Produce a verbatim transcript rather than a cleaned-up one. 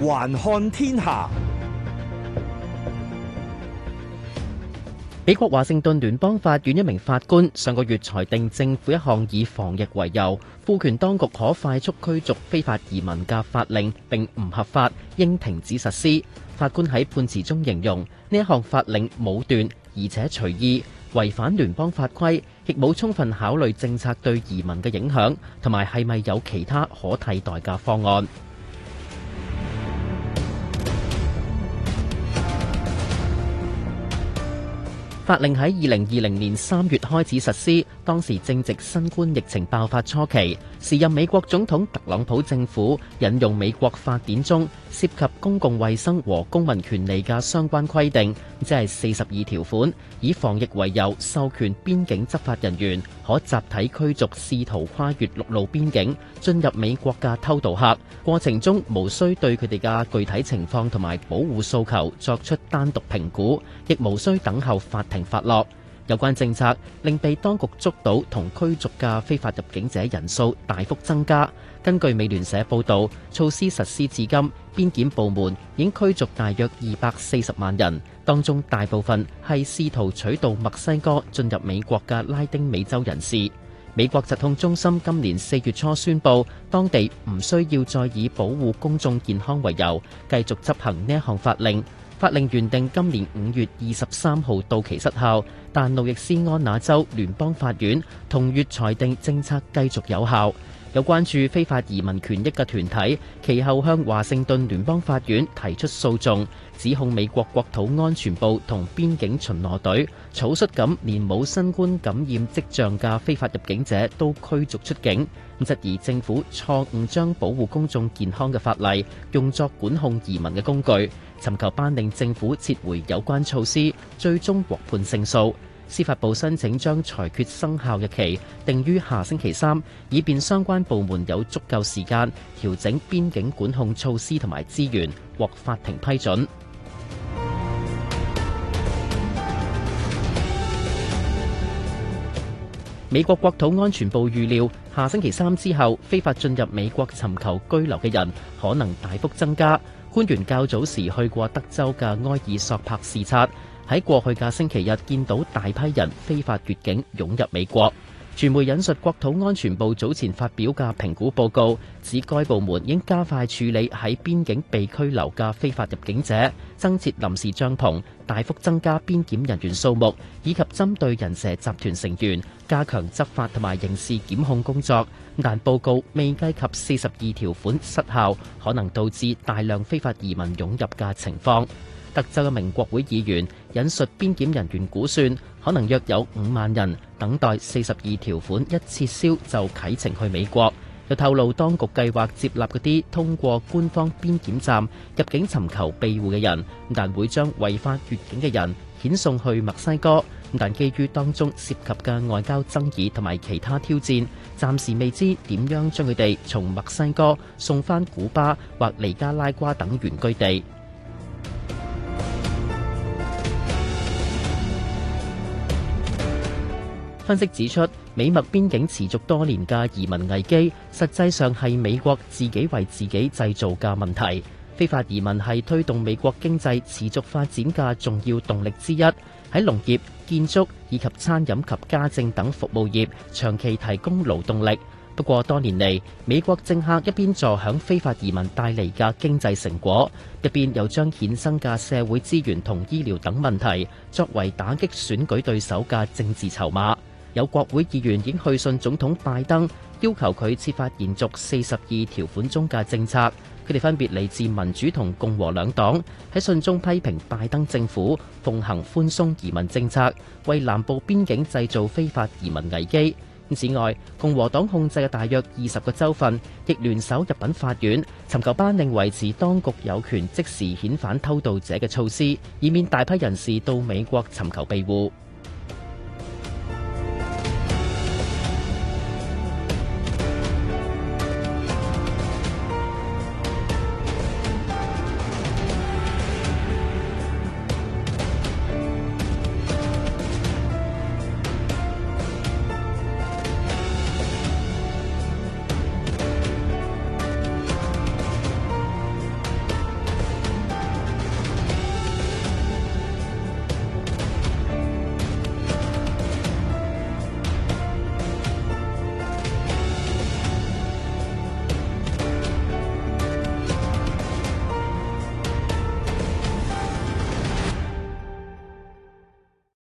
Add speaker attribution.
Speaker 1: 環看天下。
Speaker 2: 美國華盛頓聯邦法院一名法官上個月裁定政府一項以防疫為由，賦權當局可快速驅逐非法移民嘅法令並唔合法，應停止實施。法官喺判詞中形容呢一項法令武斷而且隨意，違反聯邦法規，亦冇充分考慮政策對移民嘅影響，同埋係咪有其他可替代嘅方案。法令喺二零二零年三月開始實施，當時正值新冠疫情爆發初期。時任美國總統特朗普政府引用美國法典中涉及公共衛生和公民權利嘅相關規定，即係四十二條款，以防疫為由授權邊境執法人員可集體驅逐試圖跨越陸路邊境進入美國嘅偷渡客，過程中無需對佢哋嘅具體情況同埋保護訴求作出單獨評估，亦無需等候法庭發落。有關政策令被當局捉到同驅逐嘅非法入境者人數大幅增加。根據美聯社報導，措施實施至今，邊檢部門已經驅逐大約二百四十萬人，當中大部分係試圖取道墨西哥進入美國嘅拉丁美洲人士。美國疾控中心今年四月初宣布，當地唔需要再以保護公眾健康為由，繼續執行呢一項法令。法令原定今年五月二十三號到期失效，但路易斯安那州聯邦法院同月裁定政策繼續有效。有關注非法移民權益嘅團體其後向華盛頓聯邦法院提出訴訟，指控美國國土安全部同邊境巡邏隊草率咁連冇新冠感染跡象嘅非法入境者都驅逐出境，質疑政府錯誤將保護公眾健康嘅法例用作管控移民嘅工具，尋求頒令政府撤回有關措施，最終獲判勝訴。司法部申請將裁決生效日期定於下星期三，以便相關部門有足夠時間調整邊境管控措施同埋資源，獲法庭批准。美國國土安全部預料，下星期三之後，非法進入美國尋求居留嘅人可能大幅增加。官員較早時去過德州嘅埃爾索柏視察，喺過去嘅星期日見到大批人非法越境湧入美國。傳媒引述國土安全部早前發表嘅評估報告，指該部門應加快處理喺邊境被拘留嘅非法入境者，增設臨時帳篷，大幅增加邊檢人員數目，以及針對人蛇集團成員加強執法同埋刑事檢控工作。但報告未計及四十二條款失效，可能導致大量非法移民湧入嘅情況。德州一名國會議員引述邊檢人員估算，可能約有五萬人等待四十二條款一撤銷就啟程去美國。又透露當局計劃接納嗰啲通過官方邊檢站入境尋求庇護嘅人，但會將違法越境嘅人遣送去墨西哥。但基於當中涉及嘅外交爭議同埋其他挑戰，暫時未知點樣將佢哋從墨西哥送返古巴或尼加拉瓜等原居地。分析指出，美墨邊境持續多年嘅移民危機，實際上係美國自己為自己製造嘅問題。非法移民係推動美國經濟持續發展嘅重要動力之一，喺農業、建築以及餐飲及家政等服務業長期提供勞動力。不過多年嚟，美國政客一邊坐享非法移民帶嚟嘅經濟成果，一邊又將衍生嘅社會資源同醫療等問題作為打擊選舉對手嘅政治籌碼。有國會議員已經去信總統拜登，要求佢設法延續四十二條款中嘅政策。佢哋分別嚟自民主同共和兩黨，喺信中批評拜登政府奉行寬鬆移民政策，為南部邊境製造非法移民危機。此外，共和黨控制嘅大約二十個州份亦聯手入稟法院，尋求頒令維持當局有權即時遣返偷渡者嘅措施，以免大批人士到美國尋求庇護。